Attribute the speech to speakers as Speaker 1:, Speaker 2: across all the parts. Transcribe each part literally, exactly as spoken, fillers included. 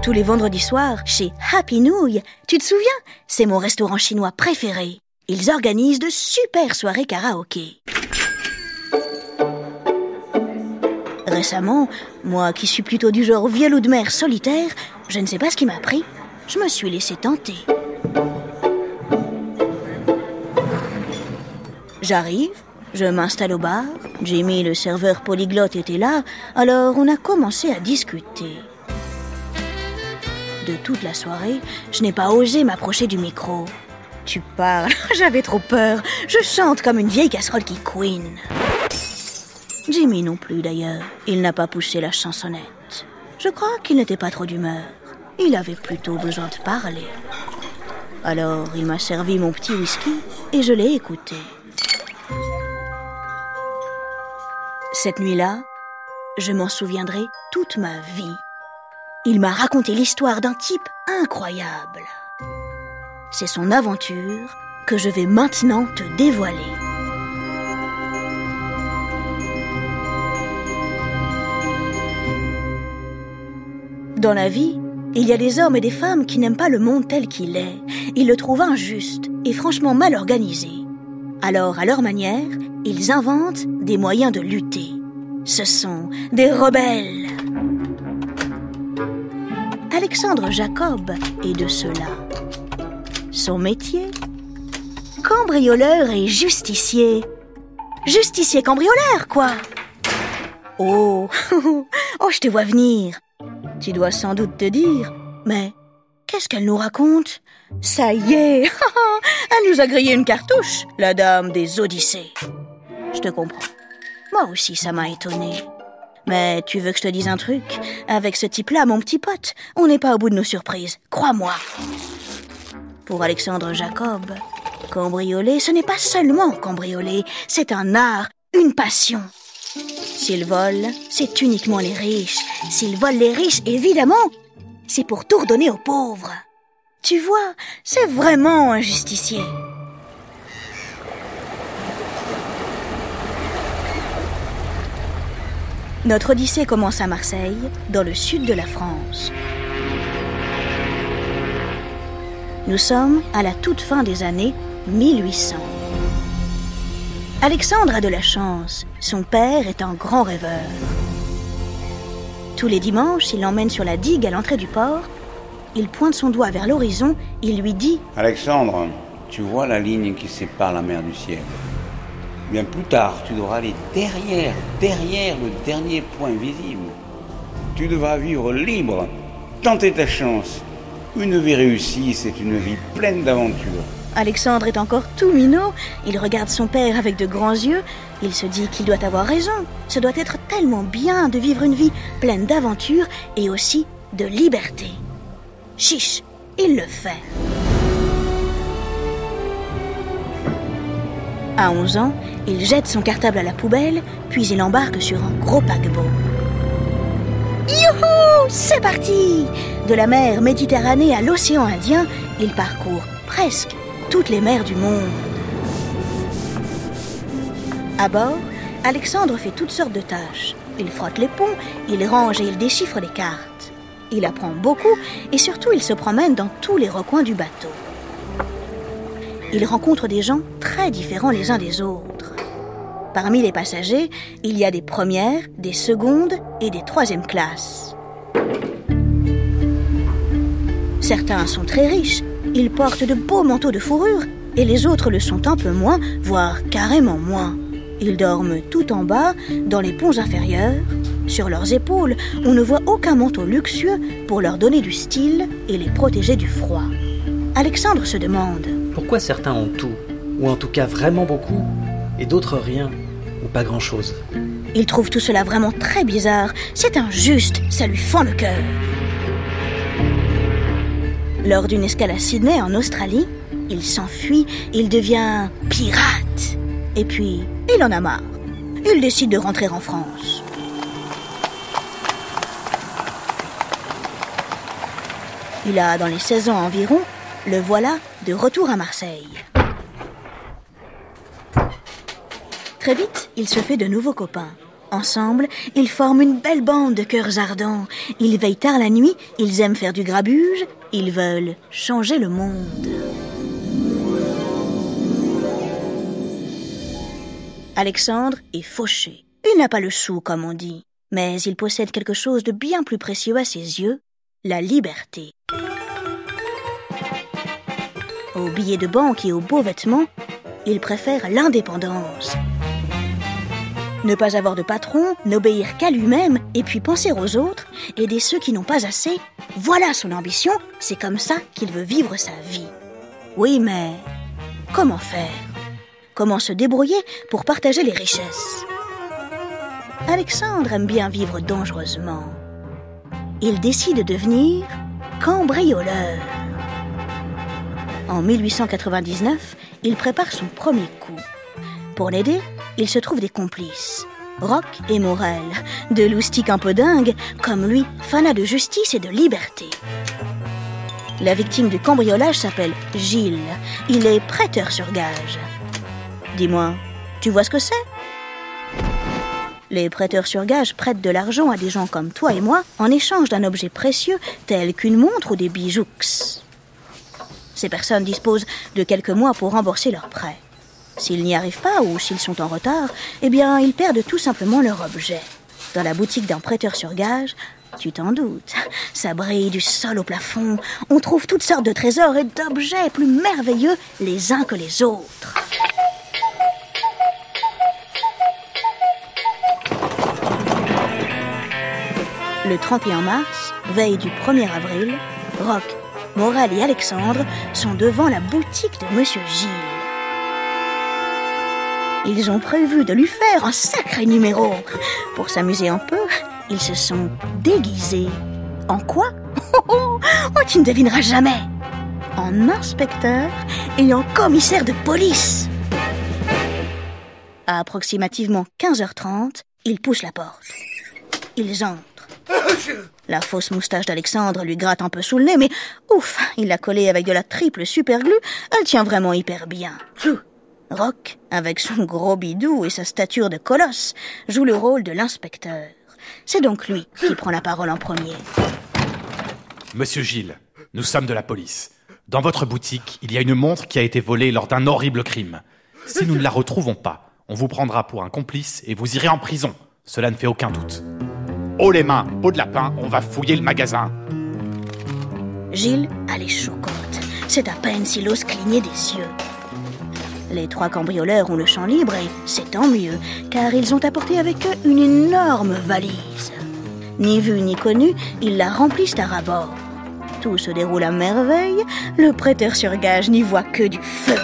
Speaker 1: tous les vendredis soirs, chez Happy Nouille. Tu te souviens? C'est mon restaurant chinois préféré. Ils organisent de super soirées karaoké. Récemment, moi qui suis plutôt du genre vieux loup de mer solitaire, je ne sais pas ce qui m'a pris. Je me suis laissé tenter. J'arrive, je m'installe au bar. Jimmy, le serveur polyglotte, était là, alors on a commencé à discuter. De toute la soirée, je n'ai pas osé m'approcher du micro. Tu parles, j'avais trop peur. Je chante comme une vieille casserole qui couine. Jimmy non plus d'ailleurs, il n'a pas poussé la chansonnette. Je crois qu'il n'était pas trop d'humeur. Il avait plutôt besoin de parler. Alors il m'a servi mon petit whisky et je l'ai écouté. Cette nuit-là, je m'en souviendrai toute ma vie. Il m'a raconté l'histoire d'un type incroyable. C'est son aventure que je vais maintenant te dévoiler. Dans la vie, il y a des hommes et des femmes qui n'aiment pas le monde tel qu'il est. Ils le trouvent injuste et franchement mal organisé. Alors, à leur manière, ils inventent des moyens de lutter. Ce sont des rebelles. Alexandre Jacob est de ceux-là. Son métier? Cambrioleur et justicier. Justicier cambrioleur, quoi. Oh, oh, je te vois venir. Tu dois sans doute te dire, mais qu'est-ce qu'elle nous raconte? Ça y est, elle nous a grillé une cartouche, la dame des Odyssées. Je te comprends. Moi aussi, ça m'a étonnée. Mais tu veux que je te dise un truc? Avec ce type-là, mon petit pote, on n'est pas au bout de nos surprises, crois-moi. Pour Alexandre Jacob, cambrioler, ce n'est pas seulement cambrioler, c'est un art, une passion. S'il vole, c'est uniquement les riches. S'il vole les riches, évidemment, c'est pour tout redonner aux pauvres. Tu vois, c'est vraiment un justicier. Notre odyssée commence à Marseille, dans le sud de la France. Nous sommes à la toute fin des années mille huit cents. Alexandre a de la chance. Son père est un grand rêveur. Tous les dimanches, il l'emmène sur la digue à l'entrée du port. Il pointe son doigt vers l'horizon. Il lui dit «
Speaker 2: Alexandre, tu vois la ligne qui sépare la mer du ciel. Bien plus tard, tu devras aller derrière, derrière le dernier point visible. Tu devras vivre libre, tenter ta chance. Une vie réussie, c'est une vie pleine d'aventures. » Alexandre
Speaker 1: est encore tout minot. Il regarde son père avec de grands yeux. Il se dit qu'il doit avoir raison. Ce doit être tellement bien de vivre une vie pleine d'aventures et aussi de liberté. Chiche, il le fait. À onze ans, il jette son cartable à la poubelle, puis il embarque sur un gros paquebot. Youhou! C'est parti! De la mer Méditerranée à l'océan Indien, il parcourt presque toutes les mers du monde. À bord, Alexandre fait toutes sortes de tâches. Il frotte les ponts, il range et il déchiffre les cartes. Il apprend beaucoup et surtout il se promène dans tous les recoins du bateau. Il rencontre des gens très différents les uns des autres. Parmi les passagers, il y a des premières, des secondes et des troisièmes classes. Certains sont très riches, ils portent de beaux manteaux de fourrure et les autres le sont un peu moins, voire carrément moins. Ils dorment tout en bas, dans les ponts inférieurs. Sur leurs épaules, on ne voit aucun manteau luxueux pour leur donner du style et les protéger du froid. Alexandre se demande
Speaker 3: pourquoi certains ont tout, ou en tout cas vraiment beaucoup, et d'autres rien, ou pas grand-chose.
Speaker 1: Il trouve tout cela vraiment très bizarre. C'est injuste, ça lui fend le cœur. Lors d'une escale à Sydney, en Australie, il s'enfuit, il devient pirate. Et puis, il en a marre. Il décide de rentrer en France. Il a, dans les seize ans environ, le voilà de retour à Marseille. Très vite, il se fait de nouveaux copains. Ensemble, ils forment une belle bande de cœurs ardents. Ils veillent tard la nuit, ils aiment faire du grabuge, ils veulent changer le monde. Alexandre est fauché. Il n'a pas le sou, comme on dit. Mais il possède quelque chose de bien plus précieux à ses yeux, la liberté. Aux billets de banque et aux beaux vêtements, il préfère l'indépendance. Ne pas avoir de patron, n'obéir qu'à lui-même, et puis penser aux autres, aider ceux qui n'ont pas assez, voilà son ambition, c'est comme ça qu'il veut vivre sa vie. Oui, mais comment faire ? Comment se débrouiller pour partager les richesses ? Alexandre aime bien vivre dangereusement. Il décide de devenir cambrioleur. En mille huit cent quatre-vingt-dix-neuf, il prépare son premier coup. Pour l'aider, il se trouve des complices. Roch et Morel, deux loustics un peu dingues, comme lui, fanats de justice et de liberté. La victime du cambriolage s'appelle Gilles. Il est prêteur sur gage. Dis-moi, tu vois ce que c'est ? Les prêteurs sur gage prêtent de l'argent à des gens comme toi et moi en échange d'un objet précieux tel qu'une montre ou des bijoux. Ces personnes disposent de quelques mois pour rembourser leur prêt. S'ils n'y arrivent pas ou s'ils sont en retard, eh bien, ils perdent tout simplement leur objet. Dans la boutique d'un prêteur sur gage, tu t'en doutes, ça brille du sol au plafond. On trouve toutes sortes de trésors et d'objets plus merveilleux les uns que les autres. Le trente et un mars, veille du premier avril, Roch, Morel et Alexandre sont devant la boutique de Monsieur Gilles. Ils ont prévu de lui faire un sacré numéro. Pour s'amuser un peu, ils se sont déguisés. En quoi ? Oh, oh, tu ne devineras jamais. En inspecteur et en commissaire de police. À approximativement quinze heures trente, ils poussent la porte. Ils entrent. La fausse moustache d'Alexandre lui gratte un peu sous le nez, mais ouf, il l'a collée avec de la triple superglue, elle tient vraiment hyper bien. Roch, avec son gros bidou et sa stature de colosse, joue le rôle de l'inspecteur. C'est donc lui qui prend la parole en premier.
Speaker 4: Monsieur Gilles, nous sommes de la police. Dans votre boutique, il y a une montre qui a été volée lors d'un horrible crime. Si nous ne la retrouvons pas, on vous prendra pour un complice et vous irez en prison. Cela ne fait aucun doute. Haut les mains, peau de lapin, on va fouiller le magasin.
Speaker 1: Gilles a les chocottes. C'est à peine s'il ose cligner des yeux. Les trois cambrioleurs ont le champ libre et c'est tant mieux, car ils ont apporté avec eux une énorme valise. Ni vu ni connu, ils la remplissent à ras-bord. Tout se déroule à merveille, le prêteur sur gage n'y voit que du feu.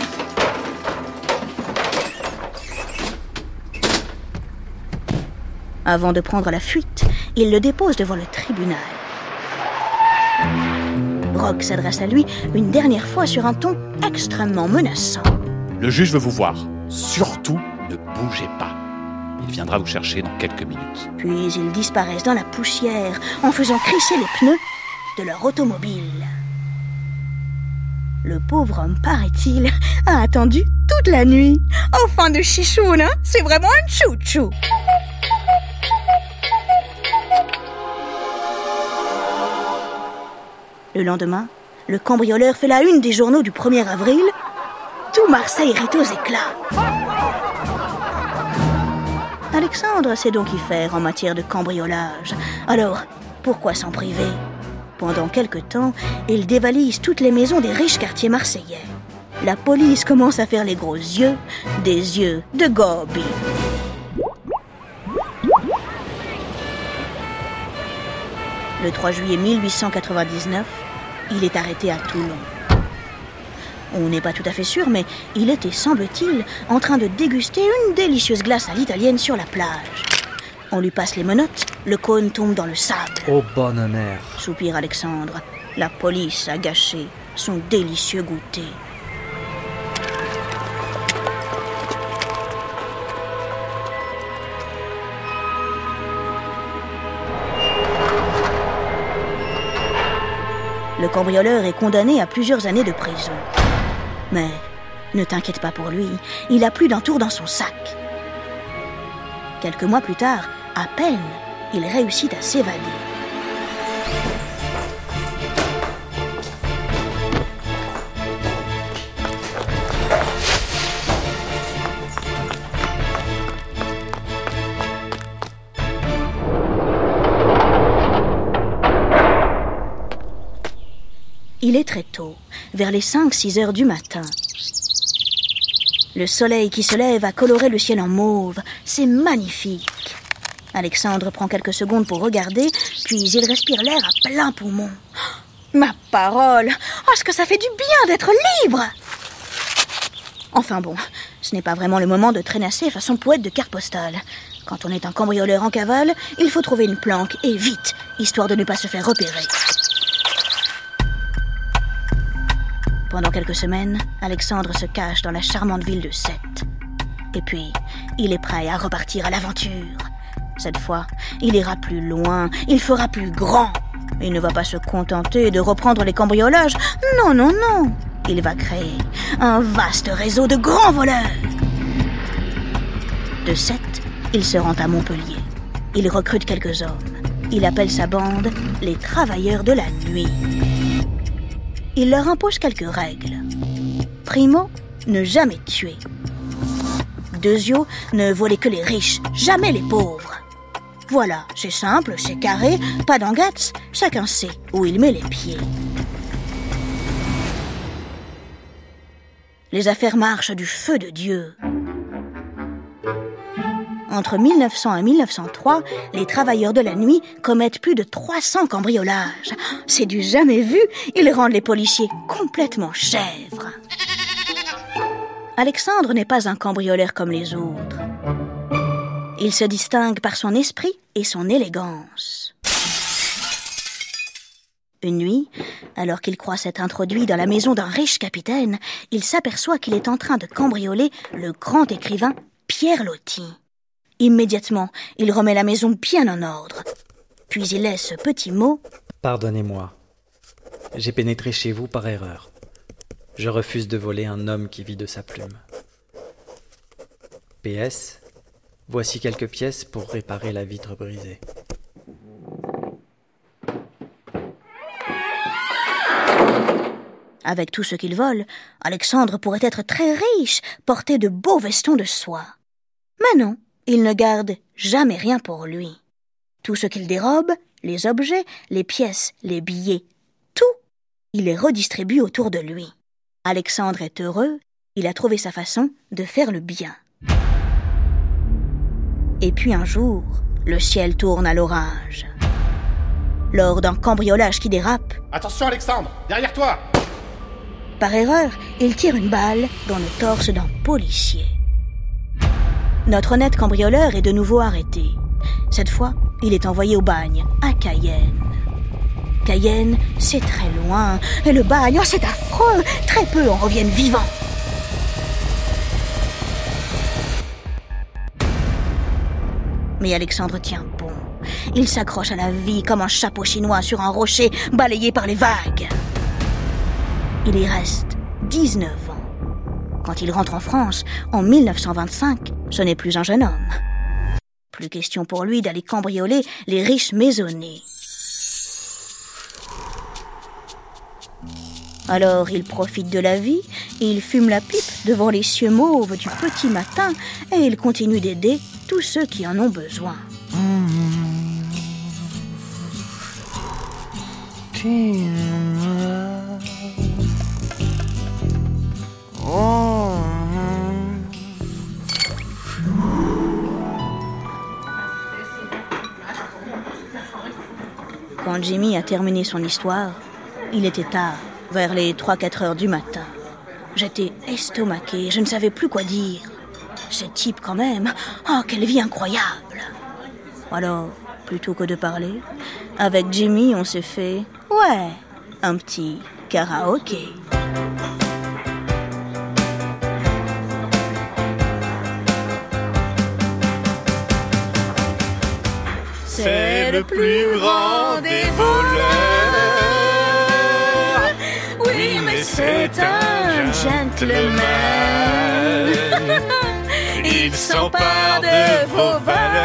Speaker 1: Avant de prendre la fuite, il le dépose devant le tribunal. Roch s'adresse à lui une dernière fois sur un ton extrêmement menaçant.
Speaker 4: Le juge veut vous voir. Surtout, ne bougez pas. Il viendra vous chercher dans quelques minutes.
Speaker 1: Puis ils disparaissent dans la poussière en faisant crisser les pneus de leur automobile. Le pauvre homme, paraît-il, a attendu toute la nuit. Enfin de chichoune, hein ? C'est vraiment un chouchou. Le lendemain, le cambrioleur fait la une des journaux du premier avril. Tout Marseille rit aux éclats. Alexandre sait donc y faire en matière de cambriolage. Alors, pourquoi s'en priver ? Pendant quelque temps, il dévalise toutes les maisons des riches quartiers marseillais. La police commence à faire les gros yeux, des yeux de gobi. Le trois juillet mille huit cent quatre-vingt-dix-neuf, il est arrêté à Toulon. On n'est pas tout à fait sûr, mais il était, semble-t-il, en train de déguster une délicieuse glace à l'italienne sur la plage. On lui passe les menottes, le cône tombe dans le sable.
Speaker 3: Oh, bonne mère,
Speaker 1: soupire Alexandre. La police a gâché son délicieux goûter. Le cambrioleur est condamné à plusieurs années de prison. Mais ne t'inquiète pas pour lui, il a plus d'un tour dans son sac. Quelques mois plus tard, à peine, il réussit à s'évader. Il est très tôt, vers les cinq six heures du matin. Le soleil qui se lève a coloré le ciel en mauve. C'est magnifique. Alexandre prend quelques secondes pour regarder, puis il respire l'air à plein poumon. Ma parole! Oh, ce que ça fait du bien d'être libre! Enfin bon, ce n'est pas vraiment le moment de traînasser façon poète de carte postale. Quand on est un cambrioleur en cavale, il faut trouver une planque, et vite, histoire de ne pas se faire repérer. Pendant quelques semaines, Alexandre se cache dans la charmante ville de Sète. Et puis, il est prêt à repartir à l'aventure. Cette fois, il ira plus loin, il fera plus grand. Il ne va pas se contenter de reprendre les cambriolages. Non, non, non. Il va créer un vaste réseau de grands voleurs. De Sète, il se rend à Montpellier. Il recrute quelques hommes. Il appelle sa bande les Travailleurs de la Nuit. Il leur impose quelques règles. Primo, ne jamais tuer. Deuxio, ne voler que les riches, jamais les pauvres. Voilà, c'est simple, c'est carré, pas d'engats, chacun sait où il met les pieds. Les affaires marchent du feu de Dieu. Entre mille neuf cents et mille neuf cent trois, les Travailleurs de la Nuit commettent plus de trois cents cambriolages. C'est du jamais vu, ils rendent les policiers complètement chèvres. Alexandre n'est pas un cambrioleur comme les autres. Il se distingue par son esprit et son élégance. Une nuit, alors qu'il croit s'être introduit dans la maison d'un riche capitaine, il s'aperçoit qu'il est en train de cambrioler le grand écrivain Pierre Loti. Immédiatement, il remet la maison bien en ordre. Puis il laisse ce petit mot. «
Speaker 3: Pardonnez-moi. J'ai pénétré chez vous par erreur. Je refuse de voler un homme qui vit de sa plume. P S. Voici quelques pièces pour réparer la vitre brisée. »
Speaker 1: Avec tout ce qu'il vole, Alexandre pourrait être très riche, porter de beaux vestons de soie. Mais non. Il ne garde jamais rien pour lui. Tout ce qu'il dérobe, les objets, les pièces, les billets, tout, il les redistribue autour de lui. Alexandre est heureux, il a trouvé sa façon de faire le bien. Et puis un jour, le ciel tourne à l'orage. Lors d'un cambriolage qui dérape...
Speaker 4: Attention Alexandre, derrière toi!
Speaker 1: Par erreur, il tire une balle dans le torse d'un policier. Notre honnête cambrioleur est de nouveau arrêté. Cette fois, il est envoyé au bagne, à Cayenne. Cayenne, c'est très loin, et le bagne, oh, c'est affreux, très peu en reviennent vivants. Mais Alexandre tient bon. Il s'accroche à la vie comme un chapeau chinois sur un rocher balayé par les vagues. Il y reste dix-neuf ans. Quand il rentre en France, en mille neuf cent vingt-cinq, ce n'est plus un jeune homme. Plus question pour lui d'aller cambrioler les riches maisonnés. Alors il profite de la vie, il fume la pipe devant les cieux mauves du petit matin et il continue d'aider tous ceux qui en ont besoin. Quand Jimmy a terminé son histoire, il était tard, vers les trois quatre heures du matin. J'étais estomaquée, je ne savais plus quoi dire. Ce type quand même, oh quelle vie incroyable. Alors, plutôt que de parler, avec Jimmy on s'est fait, ouais, un petit karaoké.
Speaker 5: C'est le plus grand des voleurs. Oui, mais c'est un gentleman. qu'il s'empare de vos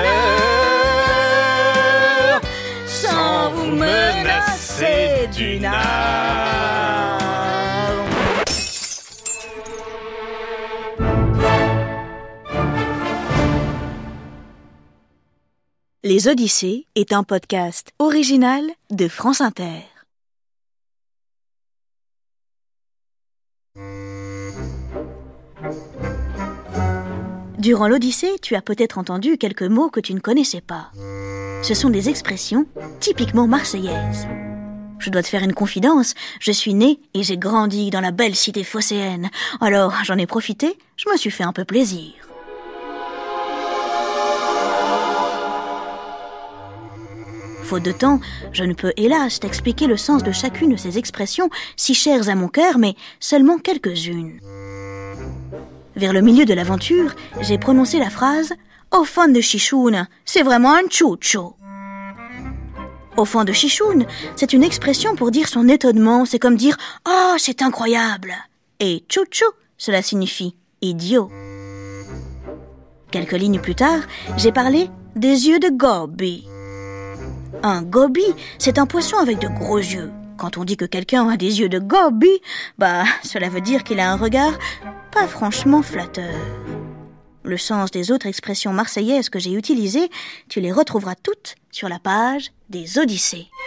Speaker 5: valeurs, sans vous menacer d'une arme.
Speaker 1: Les Odyssées est un podcast original de France Inter. Durant l'Odyssée, tu as peut-être entendu quelques mots que tu ne connaissais pas. Ce sont des expressions typiquement marseillaises. Je dois te faire une confidence, je suis née et j'ai grandi dans la belle cité phocéenne. Alors, j'en ai profité, je me suis fait un peu plaisir. Faute de temps, je ne peux hélas t'expliquer le sens de chacune de ces expressions si chères à mon cœur, mais seulement quelques-unes. Vers le milieu de l'aventure, j'ai prononcé la phrase « Au fond de Chichoun, c'est vraiment un tchouchou ». Au fond de Chichoun, c'est une expression pour dire son étonnement, c'est comme dire « Oh, c'est incroyable !» Et « tchouchou », cela signifie « idiot ». Quelques lignes plus tard, j'ai parlé des yeux de Gobi. Un gobi, c'est un poisson avec de gros yeux. Quand on dit que quelqu'un a des yeux de gobi, bah, cela veut dire qu'il a un regard pas franchement flatteur. Le sens des autres expressions marseillaises que j'ai utilisées, tu les retrouveras toutes sur la page des Odyssées.